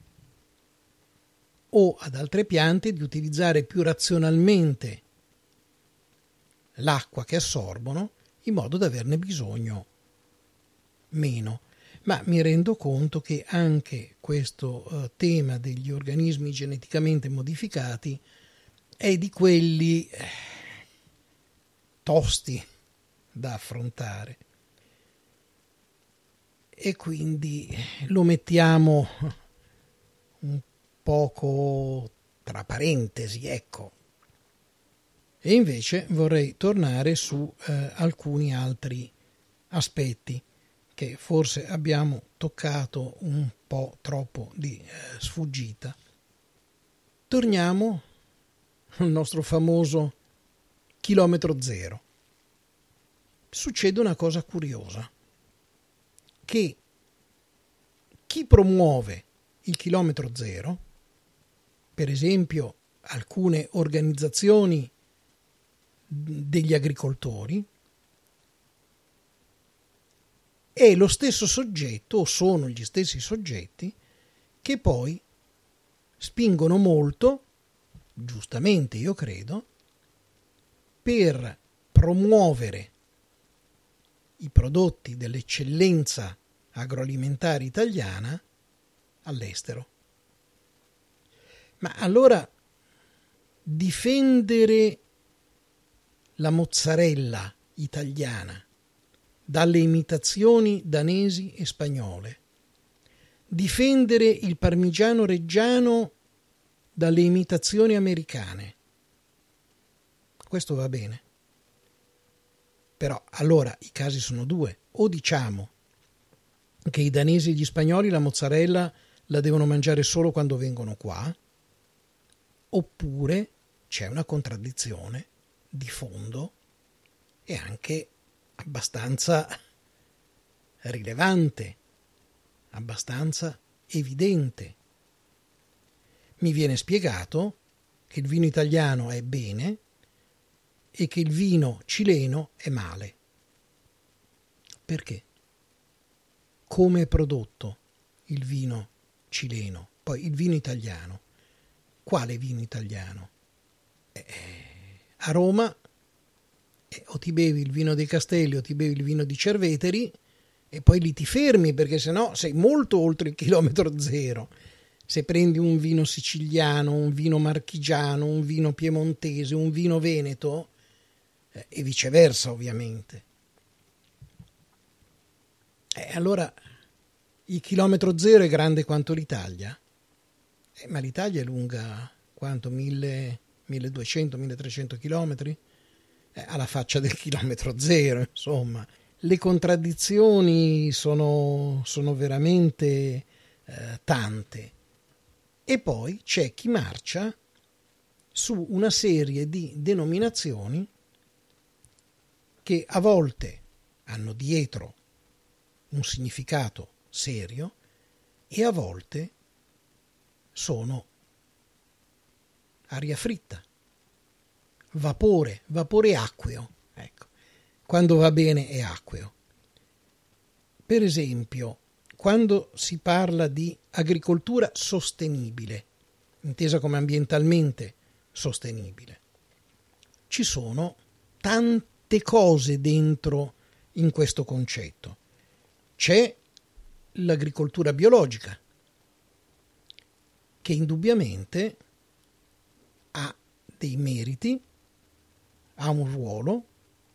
o ad altre piante di utilizzare più razionalmente l'acqua che assorbono in modo da averne bisogno meno. Ma mi rendo conto che anche questo tema degli organismi geneticamente modificati è di quelli tosti da affrontare, e quindi lo mettiamo un poco tra parentesi, ecco. E invece vorrei tornare su alcuni altri aspetti che forse abbiamo toccato un po' troppo di sfuggita. Torniamo al nostro famoso chilometro zero. Succede una cosa curiosa, che chi promuove il chilometro zero, per esempio alcune organizzazioni degli agricoltori, è lo stesso soggetto, o sono gli stessi soggetti, che poi spingono molto, giustamente io credo, per promuovere i prodotti dell'eccellenza agroalimentare italiana all'estero. Ma allora difendere la mozzarella italiana dalle imitazioni danesi e spagnole, difendere il parmigiano reggiano dalle imitazioni americane, questo va bene. Però allora i casi sono due: o diciamo che i danesi e gli spagnoli la mozzarella la devono mangiare solo quando vengono qua, oppure c'è una contraddizione di fondo e anche abbastanza rilevante, abbastanza evidente. Mi viene spiegato che il vino italiano è bene e che il vino cileno è male. Perché? Come è prodotto il vino cileno? Poi il vino italiano. Quale vino italiano? A Roma o ti bevi il vino dei Castelli o ti bevi il vino di Cerveteri, e poi lì ti fermi, perché sennò sei molto oltre il chilometro zero. Se prendi un vino siciliano, un vino marchigiano, un vino piemontese, un vino veneto, e viceversa ovviamente. Allora il chilometro zero è grande quanto l'Italia? Ma l'Italia è lunga quanto? 1200, 1300 chilometri? Alla faccia del chilometro zero, insomma. Le contraddizioni sono veramente tante. E poi c'è chi marcia su una serie di denominazioni che a volte hanno dietro un significato serio e a volte sono aria fritta, vapore acqueo. Ecco, quando va bene è acqueo. Per esempio, quando si parla di agricoltura sostenibile, intesa come ambientalmente sostenibile, ci sono tante cose dentro in questo concetto. C'è l'agricoltura biologica, che indubbiamente ha dei meriti, ha un ruolo,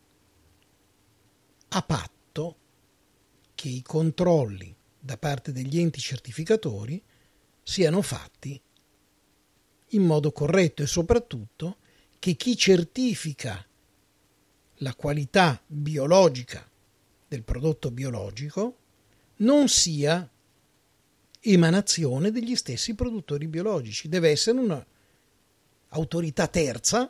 a patto che i controlli da parte degli enti certificatori siano fatti in modo corretto e soprattutto che chi certifica la qualità biologica del prodotto biologico non sia emanazione degli stessi produttori biologici. Deve essere un'autorità terza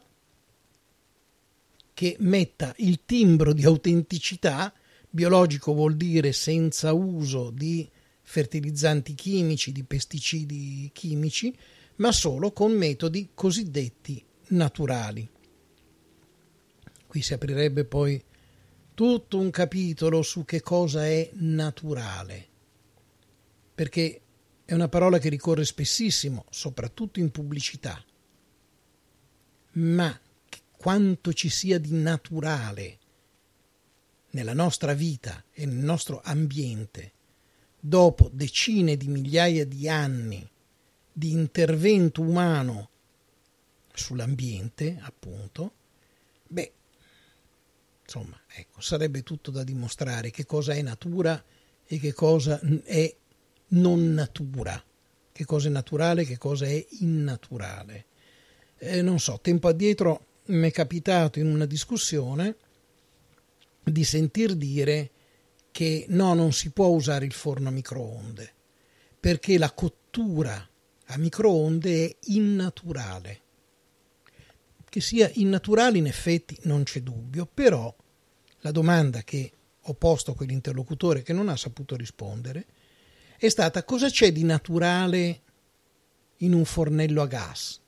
che metta il timbro di autenticità. Biologico vuol dire senza uso di fertilizzanti chimici, di pesticidi chimici, ma solo con metodi cosiddetti naturali. Qui si aprirebbe poi tutto un capitolo su che cosa è naturale, perché è una parola che ricorre spessissimo, soprattutto in pubblicità. Ma quanto ci sia di naturale nella nostra vita e nel nostro ambiente dopo decine di migliaia di anni di intervento umano sull'ambiente, appunto, insomma, ecco, sarebbe tutto da dimostrare che cosa è natura e che cosa è non natura, che cosa è naturale e che cosa è innaturale. Non so, tempo addietro mi è capitato in una discussione di sentir dire che no, non si può usare il forno a microonde perché la cottura a microonde è innaturale. Che sia innaturale in effetti non c'è dubbio, però la domanda che ho posto a quell'interlocutore che non ha saputo rispondere è stata: cosa c'è di naturale in un fornello a gas?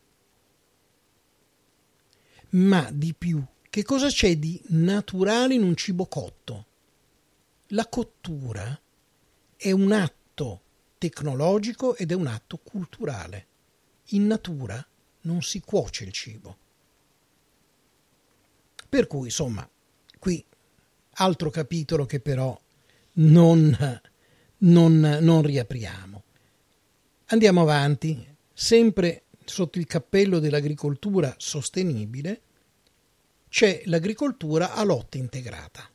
Ma di più, che cosa c'è di naturale in un cibo cotto? La cottura è un atto tecnologico ed è un atto culturale. In natura non si cuoce il cibo. Per cui, insomma, qui altro capitolo che però non riapriamo. Andiamo avanti, sempre sotto il cappello dell'agricoltura sostenibile c'è l'agricoltura a lotta integrata,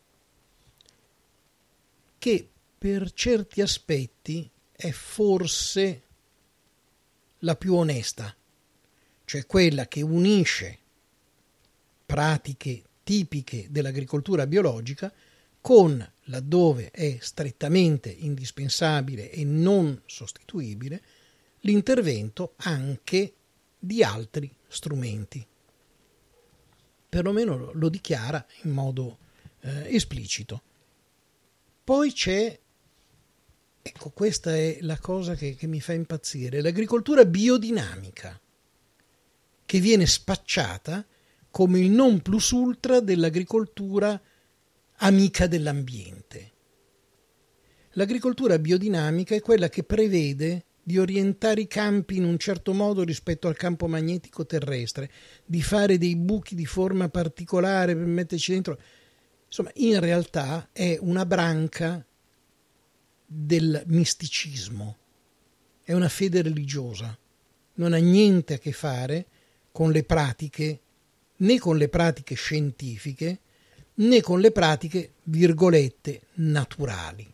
che per certi aspetti è forse la più onesta, cioè quella che unisce pratiche tipiche dell'agricoltura biologica con, laddove è strettamente indispensabile e non sostituibile, l'intervento anche di altri strumenti. Perlomeno lo dichiara in modo esplicito. Poi c'è, ecco, questa è la cosa che mi fa impazzire, l'agricoltura biodinamica, che viene spacciata come il non plus ultra dell'agricoltura amica dell'ambiente. L'agricoltura biodinamica è quella che prevede di orientare i campi in un certo modo rispetto al campo magnetico terrestre, di fare dei buchi di forma particolare per metterci dentro. Insomma, in realtà è una branca del misticismo, è una fede religiosa, non ha niente a che fare con le pratiche né con le pratiche scientifiche, né con le pratiche, virgolette, naturali.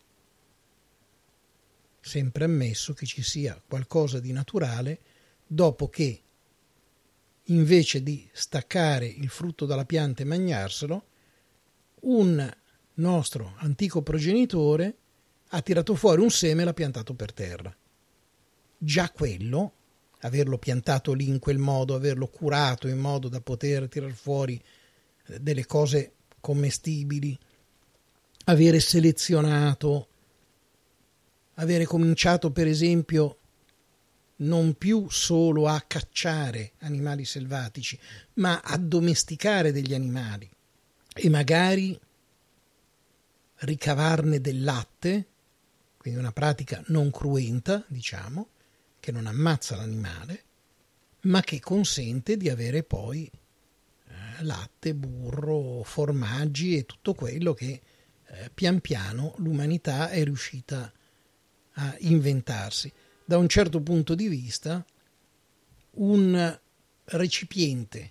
Sempre ammesso che ci sia qualcosa di naturale dopo che, invece di staccare il frutto dalla pianta e mangiarselo, un nostro antico progenitore ha tirato fuori un seme e l'ha piantato per terra. Già quello, averlo piantato lì in quel modo, averlo curato in modo da poter tirar fuori delle cose commestibili, avere selezionato, avere cominciato per esempio non più solo a cacciare animali selvatici, ma a domesticare degli animali e magari ricavarne del latte, quindi una pratica non cruenta, diciamo, che non ammazza l'animale, ma che consente di avere poi latte, burro, formaggi e tutto quello che pian piano l'umanità è riuscita a inventarsi. Da un certo punto di vista, un recipiente,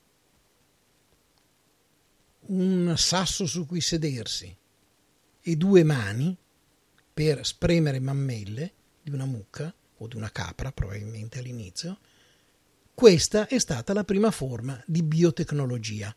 un sasso su cui sedersi e 2 mani per spremere mammelle di una mucca o di una capra, probabilmente all'inizio, questa è stata la prima forma di biotecnologia.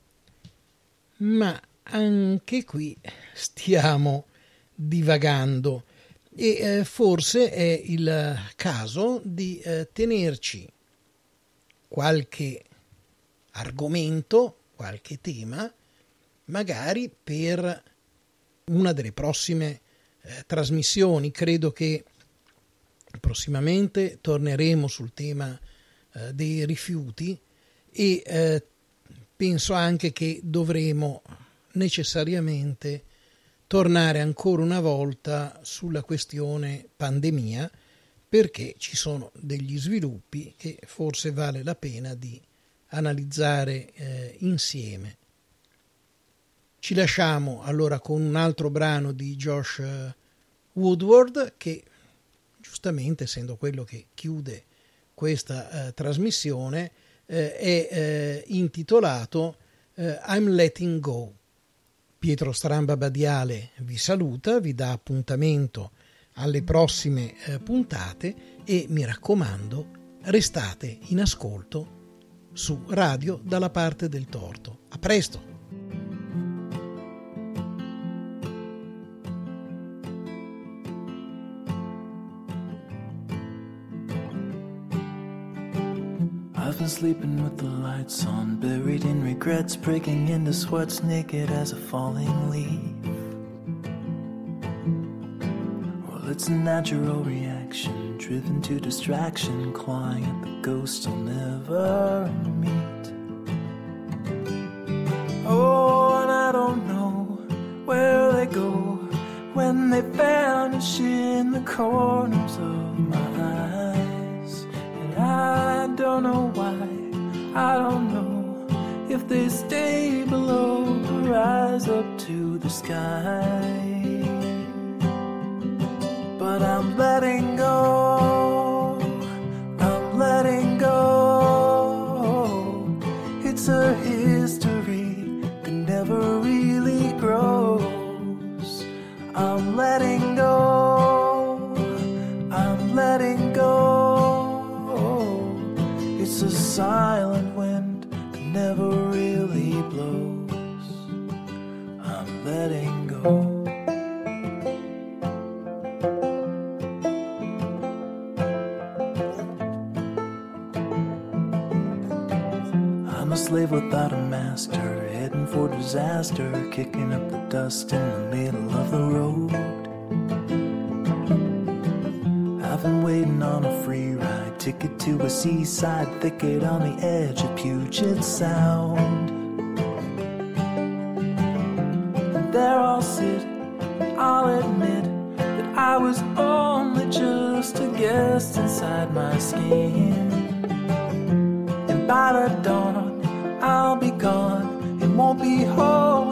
Ma anche qui stiamo divagando e forse è il caso di tenerci qualche argomento, qualche tema, magari per una delle prossime trasmissioni. Credo che prossimamente torneremo sul tema dei rifiuti e penso anche che dovremo necessariamente tornare ancora una volta sulla questione pandemia, perché ci sono degli sviluppi che forse vale la pena di analizzare insieme. Ci lasciamo allora con un altro brano di Josh Woodward, che giustamente, essendo quello che chiude questa trasmissione, è intitolato I'm Letting Go. Pietro Stramba Badiale vi saluta, vi dà appuntamento alle prossime puntate e mi raccomando, restate in ascolto su Radio Dalla Parte del Torto. A presto! I've been sleeping with the lights on, buried in regrets, breaking into sweats, naked as a falling leaf. Well, it's a natural reaction, driven to distraction, clawing at the ghosts I'll never meet. Oh, and I don't know where they go when they vanish in the corners of my eyes. And I don't know why, I don't know if they stay below or rise up to the sky. But I'm letting go, I'm letting go. It's a history that never really grows. I'm letting go, I'm letting go. It's a silent wind that never really blows. I'm letting go. I'm a slave without a master, heading for disaster, kicking up the dust in the middle of the road. I've been waiting on a free ride, ticket to a seaside thicket on the edge of Puget Sound. And there I'll sit, and I'll admit that I was only just a guest inside my skin. And by the dawn I'll be gone, it won't be home